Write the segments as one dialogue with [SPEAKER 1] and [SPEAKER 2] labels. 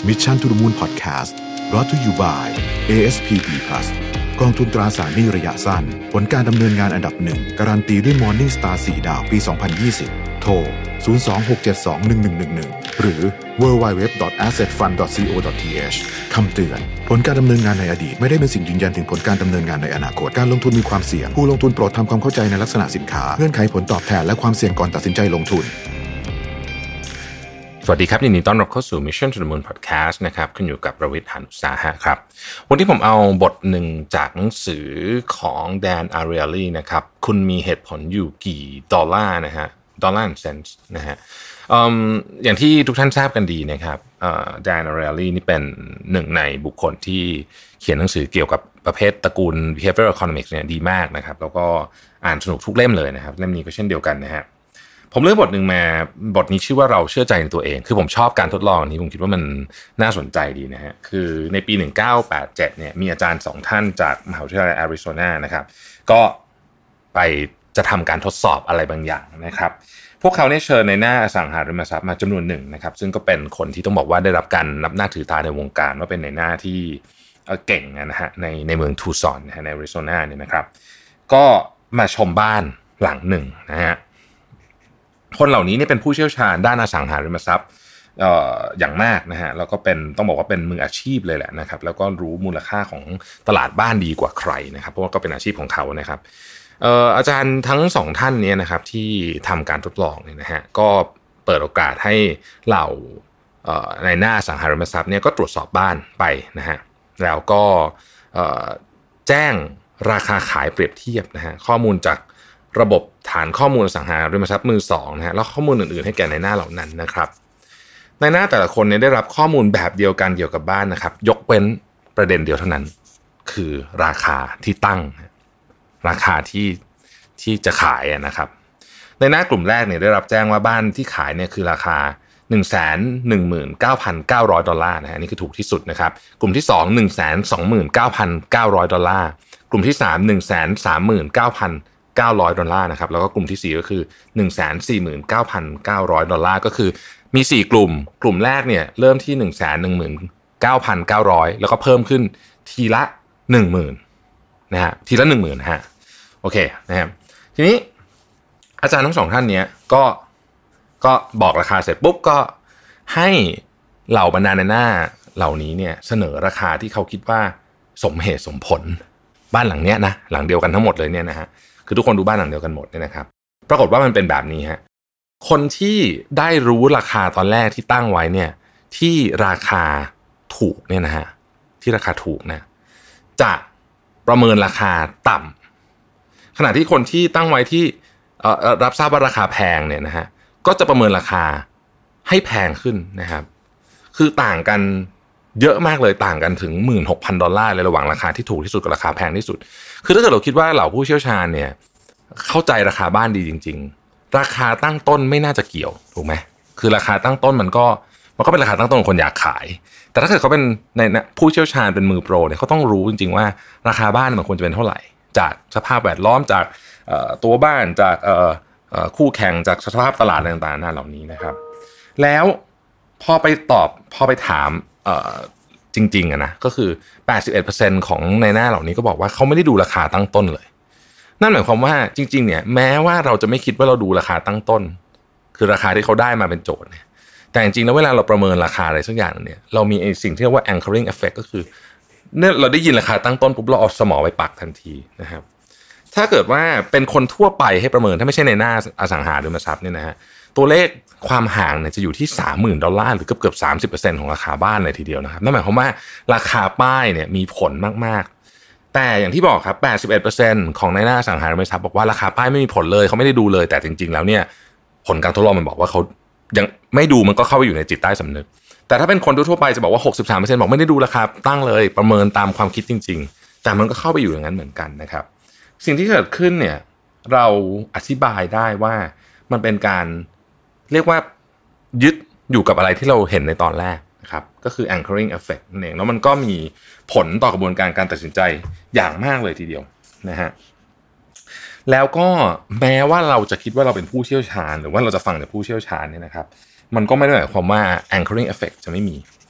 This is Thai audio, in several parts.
[SPEAKER 1] Mission to the Moon Podcast brought to you by ASPP Plus กองทุนตราสารหนี้ระยะสั้นผลการดำเนินงานอันดับหนึ่งการันตีด้วย Morningstar 4 ดาวปี 2020 โทร 026721111 หรือ www.assetfund.co.th คำเตือนผลการดำเนินงานในอดีตไม่ได้เป็นสิ่งยืนยันถึงผลการดำเนินงานในอนาคตการลงทุนมีความเสี่ยงผู้ลงทุนโปรดทำความเข้าใจในลักษณะสินค้าเงื่อนไขผลตอบแทนและความเสี่ยงก่อนตัดสินใจลงทุน
[SPEAKER 2] สวัสดีครับยินดีต้อนรับเข้าสู่ Mission to the Moon Podcast นะครับคุณอยู่กับประวิทย์ หาญอุตสาหะครับวันนี้ผมเอาบทหนึ่งจากหนังสือของแดน อารียลีนะครับคุณมีเหตุผลอยู่กี่ดอลลาร์นะฮะดอลลาร์เซนส์นะฮะอย่างที่ทุกท่านทราบกันดีนะครับแดน อารียลีนี่เป็นหนึ่งในบุคคลที่เขียนหนังสือเกี่ยวกับประเภทตระกูล behavioral economics เนี่ยดีมากนะครับแล้วก็อ่านสนุกทุกเล่มเลยนะครับเล่มนี้ก็เช่นเดียวกันนะฮะผมเลือกบทหนึ่งมาบทนี้ชื่อว่าเราเชื่อใจในตัวเองคือผมชอบการทดลองนี้ผมคิดว่ามันน่าสนใจดีนะฮะคือในปี1987เนี่ยมีอาจารย์2ท่านจากมหาวิทยาลัยแอริโซนานะครับก็ไปจะทำการทดสอบอะไรบางอย่างนะครับพวกเขาเนี่ยเชิญในหน้าอสังหาริมทรัพย์มาจำนวนหนึ่งนะครับซึ่งก็เป็นคนที่ต้องบอกว่าได้รับการนับหน้าถือตาในวงการว่าเป็นในหน้าที่เก่งนะฮะในเมืองทูซอนนะฮะในแอริโซนาเนี่ยนะครับก็มาชมบ้านหลังหนึ่งนะฮะคนเหล่านี้เนี่ยเป็นผู้เชี่ยวชาญด้านอสังหาริมทรัพย์อย่างมากนะฮะแล้วก็เป็นต้องบอกว่าเป็นมืออาชีพเลยแหละนะครับแล้วก็รู้มูลค่าของตลาดบ้านดีกว่าใครนะครับเพราะว่าก็เป็นอาชีพของเขานะครับอาจารย์ทั้งสองท่านเนี่ยนะครับที่ทำการทดลองเนี่ยนะฮะก็เปิดโอกาสให้เหล่าในหน้าอสังหาริมทรัพย์เนี่ยก็ตรวจสอบบ้านไปนะฮะแล้วก็แจ้งราคาขายเปรียบเทียบนะฮะข้อมูลจากระบบฐานข้อมูลอสังหาริมทรัพย์มือสองนะฮะแล้วข้อมูลอื่นๆให้แก่ในหน้าเหล่านั้นนะครับในหน้าแต่ละคนเนี่ยได้รับข้อมูลแบบเดียวกันเกี่ยวกับบ้านนะครับยกเว้นประเด็นเดียวเท่านั้นคือราคาที่ตั้งราคาที่จะขายนะครับในหน้ากลุ่มแรกเนี่ยได้รับแจ้งว่าบ้านที่ขายเนี่ยคือราคา 119,900 ดอลลาร์นะฮะนี่คือถูกที่สุดนะครับกลุ่มที่2 129,900 ดอลลาร์กลุ่มที่3 139,900 ดอลลาร์นะครับแล้วก็กลุ่มที่4ก็คือ 149,900 ดอลลาร์ก็คือมี4กลุ่มแรกเนี่ยเริ่มที่ 119,900 แล้วก็เพิ่มขึ้นทีละ 10,000 นะฮะทีละ 10,000 นะฮะโอเคนะครับทีนี้อาจารย์ทั้งสองท่านเนี้ยก็บอกราคาเสร็จปุ๊บก็ให้เหล่าบรรดาในหน้าเหล่านี้เนี่ยเสนอราคาที่เขาคิดว่าสมเหตุสมผลบ้านหลังเนี้ยนะหลังเดียวกันทั้งหมดเลยเนี่ยนะฮะคือทุกคนดูบ้านหลังเดียวกันหมดเนี่ยนะครับปรากฏว่ามันเป็นแบบนี้ฮะคนที่ได้รู้ราคาตอนแรกที่ตั้งไว้เนี่ยที่ราคาถูกเนี่ยนะฮะที่ราคาถูกนะจะประเมินราคาต่ำขณะที่คนที่ตั้งไว้ที่รับทราบว่าราคาแพงเนี่ยนะฮะก็จะประเมินราคาให้แพงขึ้นนะครับคือต่างกันเยอะมากเลยต่างกันถึง 16,000 ดอลลาร์เลยระหว่างราคาที่ถูกที่สุดกับราคาแพงที่สุดคือถ้าเกิดเราคิดว่าเหล่าผู้เชี่ยวชาญเนี่ยเข้าใจราคาบ้านดีจริงๆราคาตั้งต้นไม่น่าจะเกี่ยวถูกไหมคือราคาตั้งต้นมันก็เป็นราคาตั้งต้นของคนอยากขายแต่ถ้าเกิดเขาเป็นในผู้เชี่ยวชาญเป็นมือโปรเนี่ยเขาต้องรู้จริงๆว่าราคาบ้านมันควรจะเป็นเท่าไหร่จากสภาพแวดล้อมจากตัวบ้านจากคู่แข่งจากสภาพตลาดต่างๆเหล่านี้นะครับแล้วพอไปถามจริงๆนะก็คือ 81% ของในหน้าเหล่านี้ก็บอกว่าเขาไม่ได้ดูราคาตั้งต้นเลยนั่นหมายความว่าจริงๆเนี่ยแม้ว่าเราจะไม่คิดว่าเราดูราคาตั้งต้นคือราคาที่เขาได้มาเป็นโจทย์เนี่ยแต่จริงๆแล้วเวลาเราประเมินราคาอะไรสักอย่างเนี่ยเรามีไอ้สิ่งที่เรียกว่า anchoring effect ก็คือเนี่ยเราได้ยินราคาตั้งต้นปุ๊บเราเอาสมองไปปักทันทีนะครับถ้าเกิดว่าเป็นคนทั่วไปให้ประเมินถ้าไม่ใช่ในหน้าอสังหาริมทรัพย์เนี่ยนะฮะตัวเลขความห่างเนี่ยจะอยู่ที่ 30,000 ดอลลาร์หรือเกือบ 30% ของราคาบ้านเลยทีเดียวนะครับนั่นหมายความว่าราคาป้ายเนี่ยมีผลมากๆแต่อย่างที่บอกครับ 81% ของในหน้าอสังหาริมทรัพย์บอกว่าราคาป้ายไม่มีผลเลยเขาไม่ได้ดูเลยแต่จริงๆแล้วเนี่ยผลการทดลองมันบอกว่าเขายังไม่ดูมันก็เข้าไปอยู่ในจิตใต้สำนึกแต่ถ้าเป็นคนทั่วไปจะบอกว่า 63% บอกไม่ได้ดูราคาตั้งเลยประเมินตามความคิดจริงๆแต่มันก็เข้าไปอยู่อย่างนั้นเหมือนกันนะครับสิ่งที่เกิดขึ้นเนี่ยเราอธิบายได้ว่ามันเป็นการเรียกว่ายึดอยู่กับอะไรที่เราเห็นในตอนแรกนะครับก็คือ anchoring effect นั่นเองแล้วมันก็มีผลต่อกระบวนการตัดสินใจอย่างมากเลยทีเดียวนะฮะแล้วก็แม้ว่าเราจะคิดว่าเราเป็นผู้เชี่ยวชาญหรือว่าเราจะฟังจากผู้เชี่ยวชาญเนี่ยนะครับมันก็ไม่ได้หมายความว่า anchoring effect จะไม่มี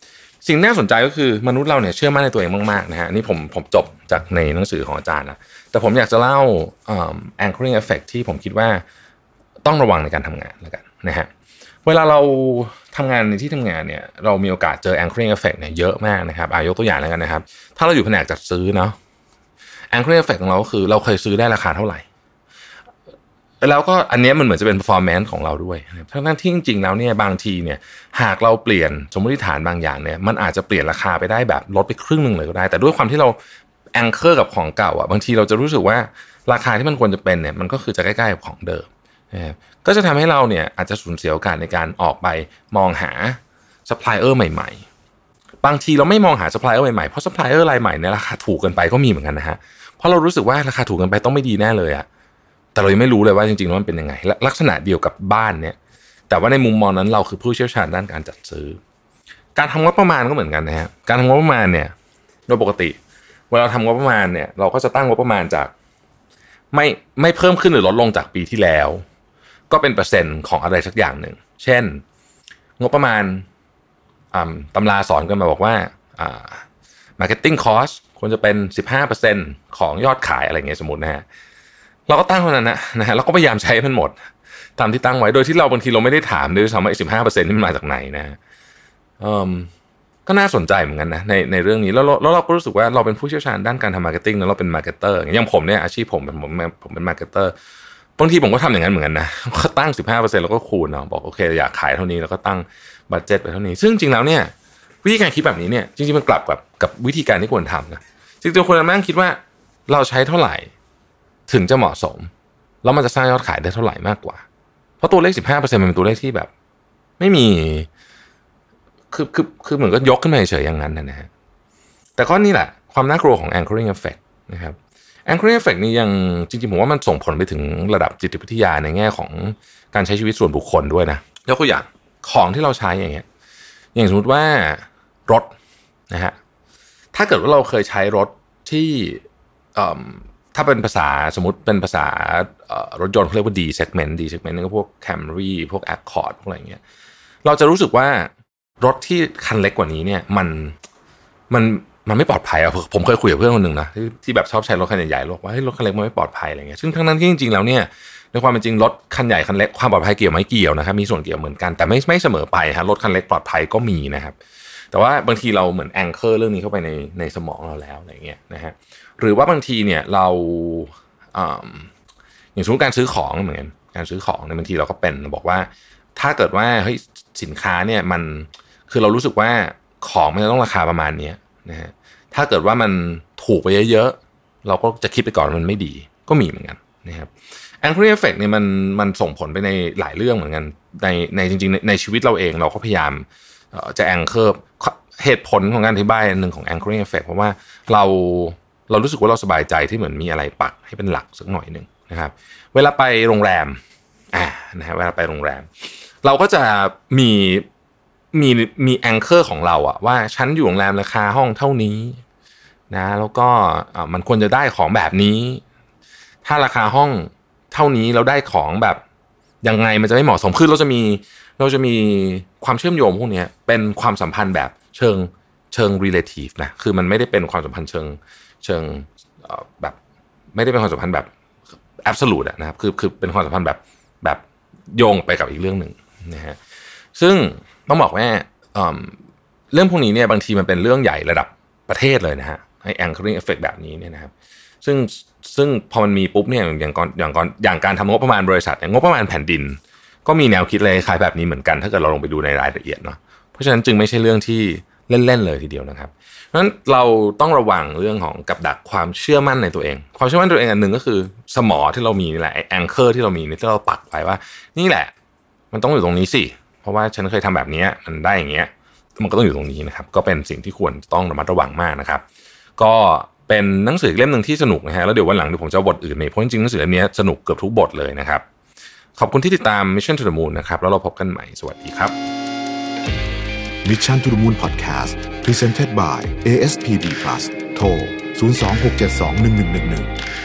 [SPEAKER 2] สิ่งน่าสนใจก็คือมนุษย์เราเนี่ยเชื่อมั่นในตัวเองมากๆนะฮะนี่ผมจบจากในหนังสือของอาจารย์นะแต่ผมอยากจะเล่าanchoring effect ที่ผมคิดว่าต้องระวังในการทำงานแล้วกันนะฮะเวลาเราทำงานในที่ทำงานเนี่ยเรามีโอกาสเจอ anchoring effect เนี่ยเยอะมากนะครับยกตัวอย่างแล้วกันนะครับถ้าเราอยู่แผนกจัดซื้อเนาะ anchoring effect ของเราก็คือเราเคยซื้อได้ราคาเท่าไหร่แล้วก็อันนี้มันเหมือนจะเป็น performance ของเราด้วยทั้งที่จริงๆแล้วเนี่ยบางทีเนี่ยหากเราเปลี่ยนสมมติฐานบางอย่างเนี่ยมันอาจจะเปลี่ยนราคาไปได้แบบลดไปครึ่งนึงเลยก็ได้แต่ด้วยความที่เรา anchor กับของเก่าอ่ะบางทีเราจะรู้สึกว่าราคาที่มันควรจะเป็นเนี่ยมันก็คือจะใกล้ๆกับของเดิมก็จะทำให้เราเนี่ยอาจจะสูญเสียโอกาสในการออกไปมองหาซัพพลายเออร์ใหม่ๆบางทีเราไม่มองหาซัพพลายเออร์ใหม่ๆเพราะซัพพลายเออร์รายใหม่เนี่ยราคาถูกเกินไปก็มีเหมือนกันนะฮะเพราะเรารู้สึกว่าราคาถูกเกินไปต้องไม่ดีแน่เลยอะแต่เรายังไม่รู้เลยว่าจริงๆแล้วมันเป็นยังไงลักษณะเดียวกับบ้านเนี่ยแต่ว่าในมุมมองนั้นเราคือผู้เชี่ยวชาญด้านการจัดซื้อการทำงบประมาณก็เหมือนกันนะฮะการทำงบประมาณเนี่ยโดยปกติเวลาทำงบประมาณเนี่ยเราก็จะตั้งงบประมาณจากไม่เพิ่มขึ้นหรือลดลงจากปีที่แล้วก็เป็นเปอร์เซ็นต์ของอะไรสักอย่างหนึ่งเช่นงบประมาณตำราสอนกันมาบอกว่าmarketing cost ควรจะเป็น 15% ของยอดขายอะไรเงี้ยสมมุตินะฮะเราก็ตั้งเท่านั้นนะฮะเราก็พยายามใช้มันหมดตามที่ตั้งไว้โดยที่เราบางทีเราไม่ได้ถามด้วยซ้ำว่า 15% นี่มันมาจากไหนนะฮะก็น่าสนใจเหมือนกันนะในเรื่องนี้แล้วเราก็รู้สึกว่าเราเป็นผู้เชี่ยวชาญด้านการทำมาร์เก็ตติ้งแล้วเราเป็นมาร์เก็ตเตอร์อย่างผมเนี่ยอาชีพผมเป็นมาร์เก็ตเตอร์บางทีผมก็ทำอย่างนั้นเหมือนกันนะก็ตั้ง 15% แล้วก็คูณเนาะบอกโอเคอยากขายเท่านี้แล้วก็ตั้งบัดเจ็ตไปเท่านี้ซึ่งจริงแล้วเนี่ยวิธีการคิดแบบนี้เนี่ยจริงๆมันกลับกับวิธีการที่ควรทำนะจริงๆควรนั่งคิดว่าเราใช้เท่าไหร่ถึงจะเหมาะสมแล้วมันจะสร้างยอดขายได้เท่าไหร่มากกว่าเพราะตัวเลข 15% มันเป็นตัวเลขที่แบบไม่มีคือเหมือนก็ยกขึ้นมาเฉยๆอย่างนั้นนะฮะแต่ก็นี่แหละความน่ากลัวของ anchoring effect นะครับ anchoring effect นี่ยังจริงๆผมว่ามันส่งผลไปถึงระดับจิตวิทยาในแง่ของการใช้ชีวิตส่วนบุคคลด้วยนะยกตัวอย่างของที่เราใช้อย่างเงี้ยอย่างสมมติว่ารถนะฮะถ้าเกิดว่าเราเคยใช้รถที่ถ้าเป็นภาษาสมมติเป็นภาษารถยนต์เขาเรียกว่า D segment นี่ก็พวก Camry พวก Accord พวกอะไรเงี้ยเราจะรู้สึกว่ารถที่คันเล็กกว่านี้เนี่ยมันไม่ปลอดภัยอ่ะผมเคยคุยกับเพื่อนคนหนึ่งนะที่แบบชอบใช้รถคันใหญ่ๆบอกว่ารถคันเล็กมันไม่ปลอดภัยอะไรเงี้ยซึ่งทั้งนั้นที่จริงๆแล้วเนี่ยในความเป็นจริงรถคันใหญ่คันเล็กความปลอดภัยเกี่ยวไหมเกี่ยวนะครับมีส่วนเกี่ยวเหมือนกันแต่ไม่เสมอไปฮะรถคันเล็กปลอดภัยก็มีนะครับแต่ว่าบางทีเราเหมือนแองเกอร์เรื่องนี้เข้าไปในสมองเราแล้วอะไรเงี้ยนะฮะหรือว่าบางทีเนี่ยเราอย่างสมมติการซื้อของเหมือนกันการซื้อของเนี่ยบางทีเราก็เป็นบอกว่าถ้าเกิดว่าเฮ้ยสินค้าเนี่ยมันคือเรารู้สึกว่าของมันจะต้องราคาประมาณนี้นะฮะถ้าเกิดว่ามันถูกไปเยอะๆเราก็จะคิดไปก่อนมันไม่ดีก็มีเหมือนกันนะครับ anchoring effect เนี่ยมันส่งผลไปในหลายเรื่องเหมือนกันในจริงๆในชีวิตเราเองเราก็พยายามจะ anchor เหตุผลของการอธิบายหนึ่งของ anchoring effect เพราะว่าเรารู้สึกว่าเราสบายใจที่เหมือนมีอะไรปักให้เป็นหลักสักหน่อยนึงนะครับเวลาไปโรงแรมนะฮะเวลาไปโรงแรมเราก็จะมีแองเกอร์ของเราอะว่าฉันอยู่โรงแรมราคาห้องเท่านี้นะแล้วก็มันควรจะได้ของแบบนี้ถ้าราคาห้องเท่านี้เราได้ของแบบยังไงมันจะไม่เหมาะสมคือเราจะมีความเชื่อมโยงพวกนี้เป็นความสัมพันธ์แบบเชิง relative นะคือมันไม่ได้เป็นความสัมพันธ์เชิงแบบไม่ได้เป็นความสัมพันธ์แบบ absolute นะครับคือเป็นความสัมพันธ์แบบโยงไปกับอีกเรื่องหนึ่งนะฮะซึ่งต้องบอกว่าเรื่องพวกนี้เนี่ยบางทีมันเป็นเรื่องใหญ่ระดับประเทศเลยนะฮะไอ้ anchoring effect แบบนี้เนี่ยนะครับซึ่งพอมันมีปุ๊บเนี่ยอย่างการทำงบประมาณบริษัทงบประมาณแผ่นดินก็มีแนวคิดเลยคล้ายแบบนี้เหมือนกันถ้าเกิดเราลงไปดูในรายละเอียดเนาะเพราะฉะนั้นจึงไม่ใช่เรื่องที่เล่นๆเลยทีเดียวนะครับเพราะฉะนั้นเราต้องระวังเรื่องของกับดักความเชื่อมั่นในตัวเองความเชื่อมั่นตัวเองอันหนึ่งก็คือสมอที่เรามีนี่แหละไอ้ anchor ที่เรามีนี่ที่เราปักไว้ว่านี่แหละมันต้องอยู่ตรงนี้สิเพราะว่าฉันเคยทำแบบนี้มันได้อย่างเงี้ยมันก็ต้องอยู่ตรงนี้นะครับก็เป็นสิ่งที่ควรต้องระมัดระวังมากนะครับก็เป็นหนังสือเล่มนึงที่สนุกนะฮะแล้วเดี๋ยววันหลังผมจะเอาบทอื่นมาเพราะจริงๆหนังสือเล่มนี้สนุกเกือบทุกบทเลยนะครับขอบคุณที่ติดตาม Mission to the Moon นะครับแล้วเราพบกันใหม่สวัสดีครับ
[SPEAKER 1] Mission to the Moon Podcast Presented by ASPD Plus โทร 026721111